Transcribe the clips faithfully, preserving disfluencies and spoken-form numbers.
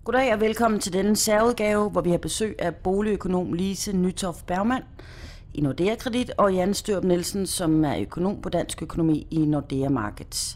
Goddag og velkommen til denne særudgave, hvor vi har besøg af boligøkonom Lise Nytoft Bergmann i Nordea Kredit og Jan Størup Nielsen, som er økonom på Dansk Økonomi i Nordea Markets.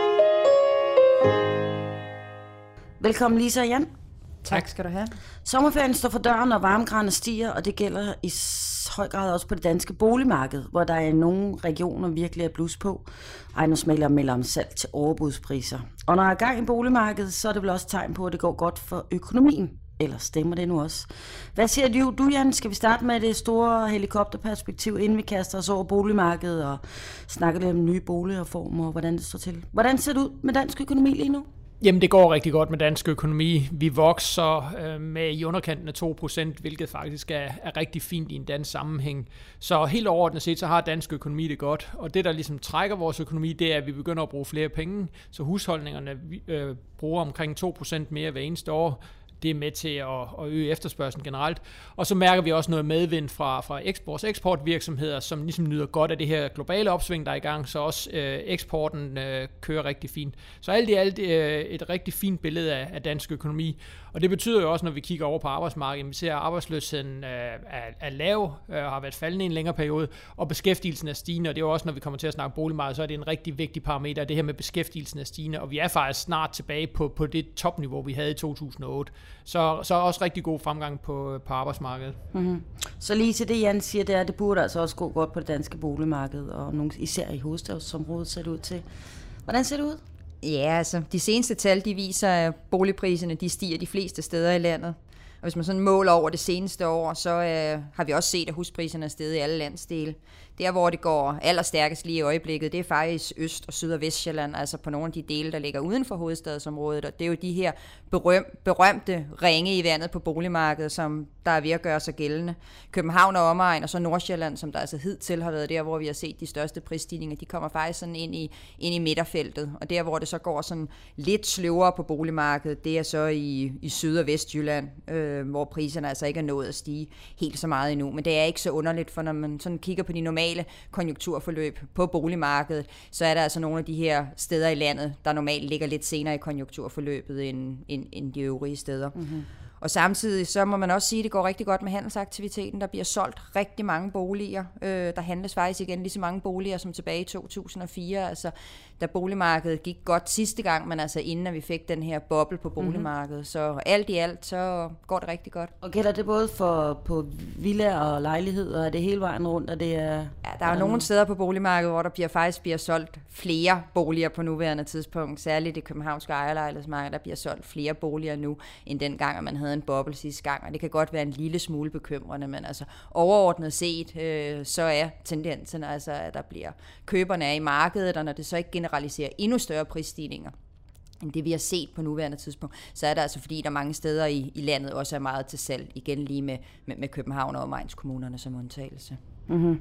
Velkommen Lise og Jan. Tak skal du have. Sommerferien står for døren, og varmegraderne stiger, og det gælder i høj grad også på det danske boligmarked, hvor der i nogle regioner virkelig er blus på. Ejendomsmæglere melder om salg til overbudspriser. Og når der er gang i boligmarkedet, så er det vel også tegn på, at det går godt for økonomien. Eller stemmer det nu også? Hvad siger du, du Jan? Skal vi starte med det store helikopterperspektiv, inden vi kaster os over boligmarkedet og snakker lidt om nye boligreformer og hvordan det står til? Hvordan ser det ud med dansk økonomi lige nu? Jamen, det går rigtig godt med dansk økonomi. Vi vokser øh, med i underkanten af to procent, hvilket faktisk er, er rigtig fint i en dansk sammenhæng. Så helt overordnet set, så har dansk økonomi det godt. Og det, der ligesom trækker vores økonomi, det er, at vi begynder at bruge flere penge. Så husholdningerne øh, bruger omkring to procent mere hver eneste år. Det er med til at, at øge efterspørgslen generelt. Og så mærker vi også noget medvind fra, fra eksport, eksportvirksomheder, som ligesom nyder godt af det her globale opsving, der er i gang, så også øh, eksporten øh, kører rigtig fint. Så alt i alt øh, et rigtig fint billede af, af dansk økonomi. Og det betyder jo også, når vi kigger over på arbejdsmarkedet, vi ser, at arbejdsløsheden øh, er, er lav, øh, har været faldende i en længere periode, og beskæftigelsen er stigende, og det er jo også, når vi kommer til at snakke boligmarked, så er det en rigtig vigtig parameter, det her med beskæftigelsen er stigende, og vi er faktisk snart tilbage på, på det topniveau, vi havde i to tusind og otte. Så, så også rigtig god fremgang på, på arbejdsmarkedet. Mm-hmm. Så lige til det, Jan siger, det er, at det burde altså også gå godt på det danske boligmarked, og nogle, især i hovedstadsområdet ser det ud til. Hvordan ser det ud? Ja, altså de seneste tal, de viser, at boligpriserne de stiger de fleste steder i landet. Og hvis man sådan måler over det seneste år, så øh, har vi også set, at huspriserne er steget i alle landsdele. Der, hvor det går allerstærkest lige i øjeblikket, det er faktisk Øst- og Syd- og Vestjylland, altså på nogle af de dele, der ligger uden for hovedstadsområdet. Og det er jo de her berøm, berømte ringe i vandet på boligmarkedet, som der er ved at gøre sig gældende. København og omegn, og så Nordsjælland, som der altså hidtil har været der, hvor vi har set de største prisstigninger, de kommer faktisk sådan ind i, ind i midterfeltet. Og der, hvor det så går sådan lidt sløvere på boligmarkedet, det er så i, i Syd- og Vestjylland, øh, hvor priserne altså ikke er nået at stige helt så meget endnu. Men det er ikke så underligt, for når man sådan kigger på de normale konjunkturforløb på boligmarkedet, så er der altså nogle af de her steder i landet, der normalt ligger lidt senere i konjunkturforløbet end, end, end de øvrige steder. Mm-hmm. Og samtidig så må man også sige, at det går rigtig godt med handelsaktiviteten. Der bliver solgt rigtig mange boliger. Øh, der handles faktisk igen lige så mange boliger som tilbage i to tusind og fire. Altså, da boligmarkedet gik godt sidste gang, men altså inden at vi fik den her boble på boligmarkedet. Mm-hmm. Så alt i alt, så går det rigtig godt. Og gælder det både for på villaer og lejligheder, og er det hele vejen rundt, og det er... Ja, der er jo nogle steder på boligmarkedet, hvor der bliver, faktisk bliver solgt flere boliger på nuværende tidspunkt. Særligt i det københavnske ejerlejlighedsmarked, der bliver solgt flere boliger nu, end dengang, at man havde en boble sidste gang, og det kan godt være en lille smule bekymrende, men altså overordnet set, øh, så er tendensen altså, at der bliver køberne af i markedet, og når det så ikke generaliserer endnu større prisstigninger, end det vi har set på nuværende tidspunkt, så er det altså fordi, der mange steder i, i landet også er meget til salg, igen lige med, med, med København og omegnskommunerne som undtagelse. Mm-hmm.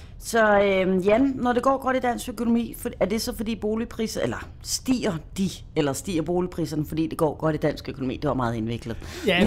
Så øh, Jan, når det går godt i dansk økonomi, er det så fordi boligpriser, eller stiger de, eller stiger boligpriserne, fordi det går godt i dansk økonomi? Det var meget indviklet. Ja,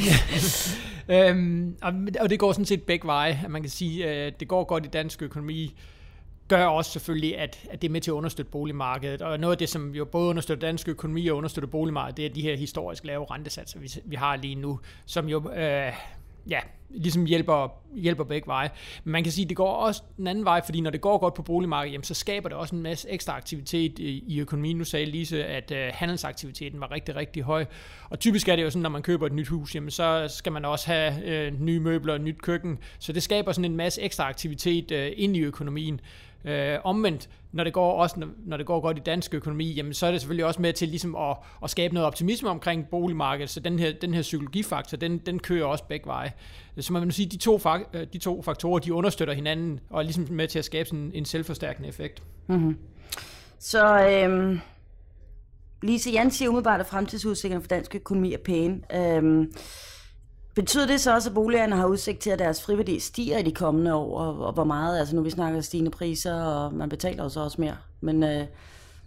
øhm, og det går sådan set begge veje, at man kan sige, at det går godt i dansk økonomi, gør også selvfølgelig, at, at det er med til at understøtte boligmarkedet. Og noget af det, som jo både understøtter dansk økonomi og understøtter boligmarkedet, det er de her historisk lave rentesatser, vi, vi har lige nu, som jo... Øh, ja, ligesom hjælper, hjælper begge veje. Men man kan sige, at det går også den anden vej, fordi når det går godt på boligmarkedet, jamen, så skaber det også en masse ekstra aktivitet i, i økonomien. Nu sagde Lise, at uh, handelsaktiviteten var rigtig, rigtig høj. Og typisk er det jo sådan, når man køber et nyt hus, jamen, så skal man også have uh, nye møbler og nyt køkken. Så det skaber sådan en masse ekstra aktivitet uh, ind i økonomien. Uh, omvendt, når det går også når, når det går godt i dansk økonomi, jamen så er det selvfølgelig også med til ligesom at, at skabe noget optimisme omkring boligmarkedet. Så den her den her psykologifaktor, den den kører også begge veje. Så man vil sige, de to fak- de to faktorer, de understøtter hinanden og er ligesom med til at skabe sådan en selvforstærkende effekt. Mm-hmm. Så øhm, Lise, Jan siger umiddelbart, at fremtidsudsigterne for dansk økonomi er pæne. Øhm, Betyder det så også, at boligerne har udsigt til, at deres friværdi stiger i de kommende år, og, og hvor meget? Altså nu vi snakker stigende priser, og man betaler jo så også mere. Men øh,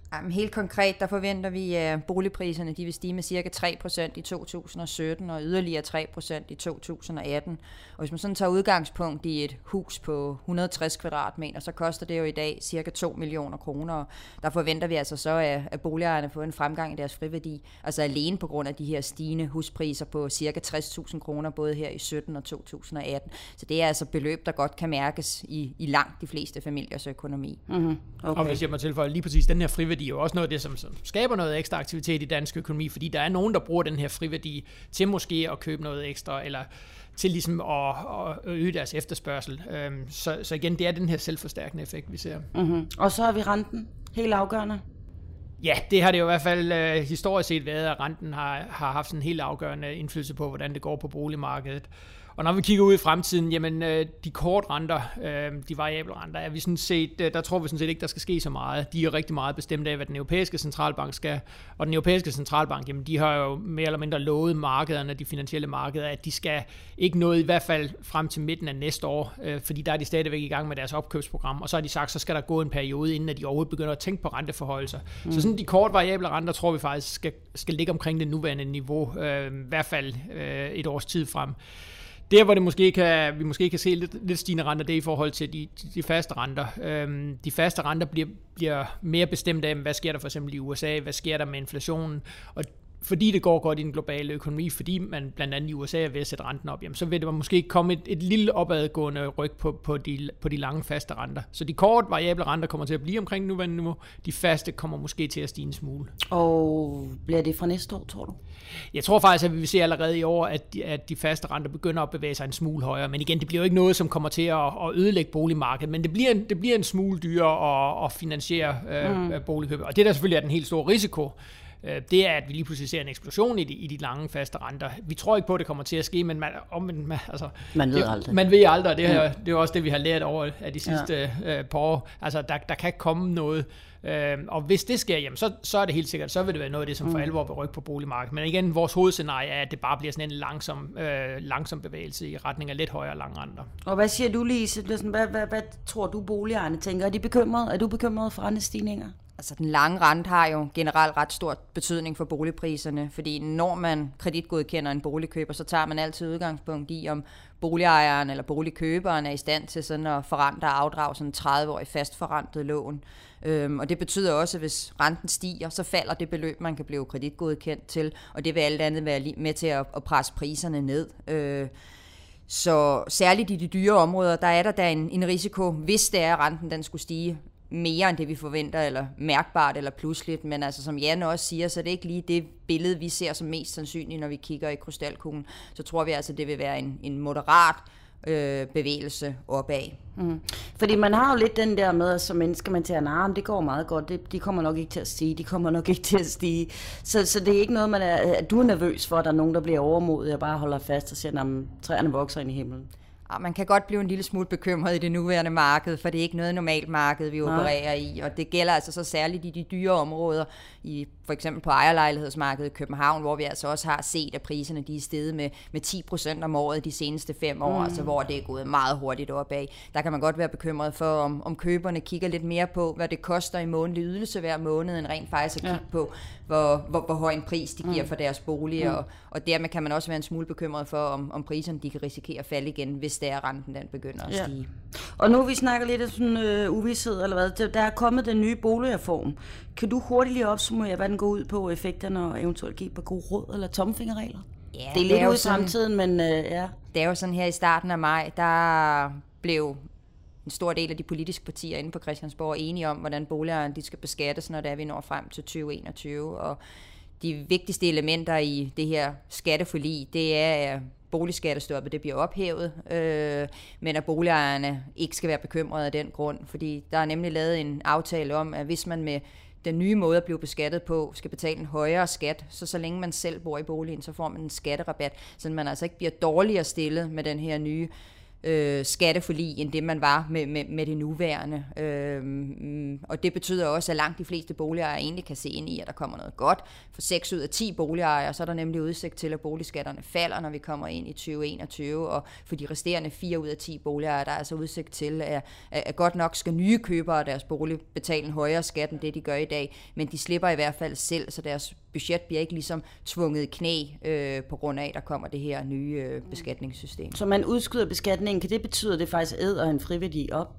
Jamen, helt konkret, der forventer vi, at boligpriserne de vil stige med cirka tre procent i to tusind og sytten og yderligere tre procent i to tusind og atten. Og hvis man sådan tager udgangspunkt i et hus på et hundrede og tres kvadratmeter, så koster det jo i dag cirka to millioner kroner. Der forventer vi altså så, at boligejerne får en fremgang i deres friværdi, altså alene på grund af de her stigende huspriser på cirka tres tusind kroner, både her i sytten og to tusind og atten. Så det er altså beløb, der godt kan mærkes i, i langt de fleste familiers økonomi. Mm-hmm. Okay. Og hvis jeg må tilføje lige præcis den her friværdi, er jo også noget af det, som, som skaber noget ekstra aktivitet i dansk økonomi, fordi der er nogen, der bruger den her friværdi til måske at købe noget ekstra, eller til ligesom at, at øge deres efterspørgsel. Så, så igen, det er den her selvforstærkende effekt, vi ser. Mm-hmm. Og så har vi renten. Helt afgørende. Ja, det har det jo i hvert fald øh, historisk set været, at renten har, har haft en helt afgørende indflydelse på, hvordan det går på boligmarkedet. Og når vi kigger ud i fremtiden, jamen øh, de kort renter, øh, de variable renter, er vi sådan set, øh, der tror vi sådan set ikke, der skal ske så meget. De er rigtig meget bestemt af, hvad den europæiske centralbank skal. Og den europæiske centralbank, jamen de har jo mere eller mindre lovet markederne, de finansielle markeder, at de skal ikke noget i hvert fald frem til midten af næste år, øh, fordi der er de stadigvæk i gang med deres opkøbsprogram. Og så har de sagt, så skal der gå en periode, inden at de overhovedet begynder at tænke på renteforholdelser. Mm. Så sådan de kort variable renter, tror vi faktisk skal, skal ligge omkring det nuværende niveau, øh, i hvert fald øh, et års tid frem. Der, hvor det måske kan, vi måske kan se lidt, lidt stigende renter, det er i forhold til de, de faste renter. Øhm, de faste renter bliver, bliver mere bestemt af, hvad sker der for eksempel i U S A, hvad sker der med inflationen, og fordi det går godt i den globale økonomi, fordi man blandt andet i U S A er ved at sætte renten op, jamen, så vil der måske komme et, et lille opadgående ryg på, på, de, på de lange faste renter. Så de kort variable renter kommer til at blive omkring nuværende niveau, de faste kommer måske til at stige en smule. Og bliver det fra næste år, tror du? Jeg tror faktisk, at vi vil se allerede i år, at de, at de faste renter begynder at bevæge sig en smule højere. Men igen, det bliver jo ikke noget, som kommer til at, at ødelægge boligmarkedet, men det bliver en, det bliver en smule dyrere at, at finansiere øh, mm. boligkøb. Og det, der selvfølgelig er den helt store risiko, det er, at vi lige pludselig ser en eksplosion i de, i de lange faste renter. Vi tror ikke på, at det kommer til at ske, men man, om, man, altså, man ved det, aldrig. Man ved aldrig, det, her, det er jo også det, vi har lært over af de sidste ja. øh, par år. Altså, der, der kan komme noget, øh, og hvis det sker, jamen, så, så er det helt sikkert, så vil det være noget af det, som for alvor vil rykke på boligmarkedet. Men igen, vores hovedscenarie er, at det bare bliver sådan en langsom, øh, langsom bevægelse i retning af lidt højere lange renter. Og hvad siger du, Lise? Hvad, hvad, hvad tror du, boligejerne tænker? Er de bekymrede? Er du bekymret for rentestigninger? Altså den lange rente har jo generelt ret stor betydning for boligpriserne, fordi når man kreditgodkender en boligkøber, så tager man altid udgangspunkt i, om boligejeren eller boligkøberen er i stand til sådan at forrente og afdrage sådan en tredive-årig fast forrentet lån. Øhm, og det betyder også, at hvis renten stiger, så falder det beløb, man kan blive kreditgodkendt til, og det vil alt andet være med til at, at presse priserne ned. Øh, så særligt i de dyre områder, der er der da en, en risiko, hvis det er, at renten den skulle stige mere end det, vi forventer, eller mærkbart, eller pludseligt. Men altså, som Jan også siger, så er det ikke lige det billede, vi ser som mest sandsynligt, når vi kigger i krystalkuglen. Så tror vi altså, det vil være en, en moderat øh, bevægelse opad. Mm. Fordi man har jo lidt den der med, at som mennesker man tænker, nej, det går meget godt, det, de kommer nok ikke til at stige, de kommer nok ikke til at stige. Så, så det er ikke noget, man er, at du er nervøs for, at der er nogen, der bliver overmodige og bare holder fast og siger, at træerne vokser ind i himlen. Man kan godt blive en lille smule bekymret i det nuværende marked, for det er ikke noget normalt marked, vi opererer i, og det gælder altså så særligt i de dyre områder, i for eksempel på ejerlejlighedsmarkedet i København, hvor vi altså også har set, at priserne de er steget med, med ti procent om året de seneste fem år, mm. altså hvor det er gået meget hurtigt opad. Der kan man godt være bekymret for, om, om køberne kigger lidt mere på, hvad det koster i månedlig ydelse hver måned, end rent faktisk at kigge ja. på, hvor, hvor, hvor høj en pris de giver mm. for deres bolig, mm. og, og dermed kan man også være en smule bekymret for, om, om priserne de kan risikere at falde igen, hvis det er renten, den begynder at stige. Ja. Og nu vi snakker lidt af sådan øh, uvished, eller hvad, der er kommet den nye boligreform. Kan du hurtigt lige opsummere, hvad den går ud på, effekterne, og eventuelt give på gode råd eller tomfingerregler? Ja, det er lidt ude i fremtiden, men øh, ja. Det er jo sådan her i starten af maj, der blev en stor del af de politiske partier inde på Christiansborg enige om, hvordan boligejerne de skal beskattes, når det er, vi når frem til tyve enogtyve. Og de vigtigste elementer i det her skatteforlig, det er, at boligskattestoppet det bliver ophævet, øh, men at boligejerne ikke skal være bekymrede af den grund, fordi der er nemlig lavet en aftale om, at hvis man med den nye måde at blive beskattet på, skal betale en højere skat, så så længe man selv bor i boligen, så får man en skatterabat, så man altså ikke bliver dårligere stillet med den her nye øh, skatteforlig, end det man var med, med, med det nuværende. Øh, og det betyder også, at langt de fleste boligejere egentlig kan se ind i, at der kommer noget godt. For seks ud af ti boligejere, så er der nemlig udsigt til, at boligskatterne falder, når vi kommer ind i tyve enogtyve, og for de resterende fire ud af ti boligejere, der er altså udsigt til, at, at godt nok skal nye købere af deres bolig betale en højere skat, end det de gør i dag, men de slipper i hvert fald selv, så deres budget bliver ikke ligesom tvunget i knæ, øh, på grund af, at der kommer det her nye øh, beskatningssystem. Så man udskyder beskatningen, kan det betyde, at det faktisk æder en friværdi op?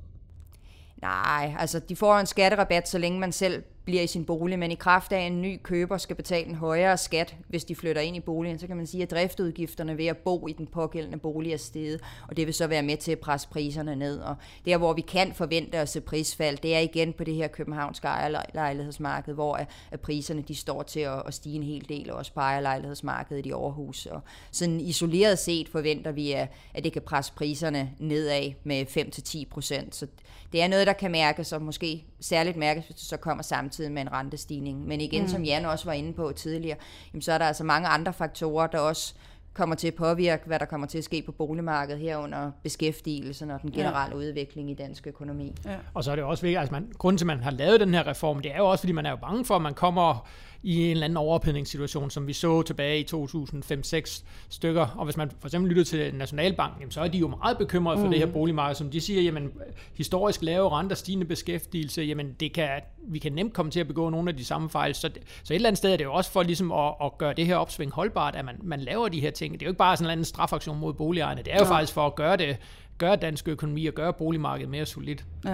Nej, altså de får en skatterabat, så længe man selv bliver i sin bolig, men i kraft af, at en ny køber skal betale en højere skat, hvis de flytter ind i boligen, så kan man sige, at driftudgifterne ved at bo i den pågældende bolig er steget, og det vil så være med til at presse priserne ned. Og der, hvor vi kan forvente os et prisfald, det er igen på det her københavnske ejerlejlighedsmarked, hvor at priserne de står til at stige en hel del, også på ejerlejlighedsmarkedet i Aarhus. Og sådan isoleret set forventer vi, at det kan presse priserne nedad med fem til ti procent. Så det er noget, der kan mærkes, og måske særligt mærkes, hvis det så kommer samtidig med en rentestigning. Men igen, mm. som Jan også var inde på tidligere, jamen, så er der altså mange andre faktorer, der også kommer til at påvirke, hvad der kommer til at ske på boligmarkedet herunder beskæftigelsen og den generelle ja. udvikling i dansk økonomi. Ja. Og så er det også vigtigt, altså man, grunden til, at man har lavet den her reform, det er jo også, fordi man er jo bange for, at man kommer i en eller anden overophedningssituation, som vi så tilbage i to tusind og fem seks stykker. Og hvis man for eksempel lytter til Nationalbanken, jamen, så er de jo meget bekymrede for mm. det her boligmarked, som de siger, jamen historisk lave renter, stigende beskæftigelse, jamen det kan, vi kan nemt komme til at begå nogle af de samme fejl. Så, det, så et eller andet sted er det jo også for ligesom at, at gøre det her opsving holdbart, at man, man laver de her ting. Det er jo ikke bare sådan en eller anden strafaktion mod boligejerne, det er jo ja. faktisk for at gøre det, gøre dansk økonomi og gøre boligmarkedet mere solidt. Ja.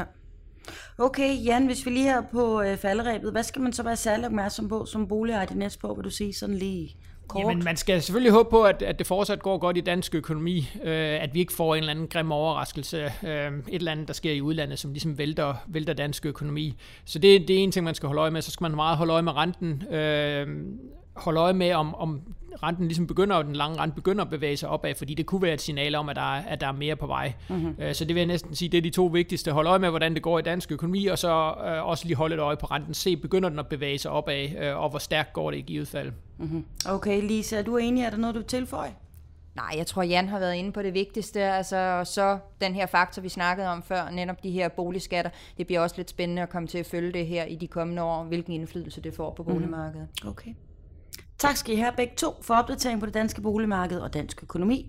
Okay, Jan, hvis vi lige er på øh, falderæbet, hvad skal man så være særlig opmærksom på som boligejer de næste år, vil du sige sådan lige kort? Jamen, man skal selvfølgelig håbe på, at, at det fortsat går godt i dansk økonomi, øh, at vi ikke får en eller anden grim overraskelse, øh, et eller andet, der sker i udlandet, som ligesom vælter, vælter dansk økonomi. Så det, det er en ting, man skal holde øje med. Så skal man meget holde øje med renten, øh, holde øje med, om, om renten ligesom begynder, den lange rente begynder at bevæge sig opad, fordi det kunne være et signal om, at der er, at der er mere på vej. Mm-hmm. Så det vil jeg næsten sige, det er de to vigtigste. Hold øje med, hvordan det går i dansk økonomi, og så øh, også lige holde et øje på renten. Se, begynder den at bevæge sig opad, øh, og hvor stærkt går det i givet fald. Mm-hmm. Okay, Lisa, er du enig? Er der noget, du vil tilføje? Nej, jeg tror, Jan har været inde på det vigtigste. Altså, så den her faktor, vi snakkede om før, netop de her boligskatter, det bliver også lidt spændende at komme til at følge det her i de kommende år, hvilken indflydelse det får på boligmarkedet. Mm-hmm. Okay. Tak skal I have begge to for opdatering på det danske boligmarked og dansk økonomi.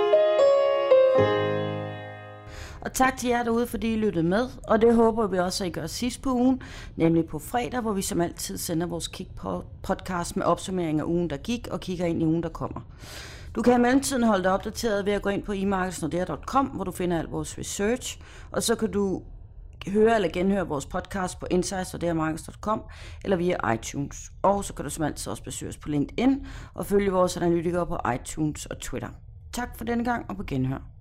Og tak til jer derude, fordi I lyttede med, og det håber vi også, at I gør sidst på ugen, nemlig på fredag, hvor vi som altid sender vores Kig-podcast med opsummering af ugen, der gik, og kigger ind i ugen, der kommer. Du kan i mellemtiden holde dig opdateret ved at gå ind på e markets nordea punktum com, hvor du finder al vores research, og så kan du høre eller genhøre vores podcast på insights nordea markets punktum com eller via iTunes. Og så kan du som altid også besøge os på LinkedIn og følge vores analytikere på iTunes og Twitter. Tak for denne gang, og på genhør.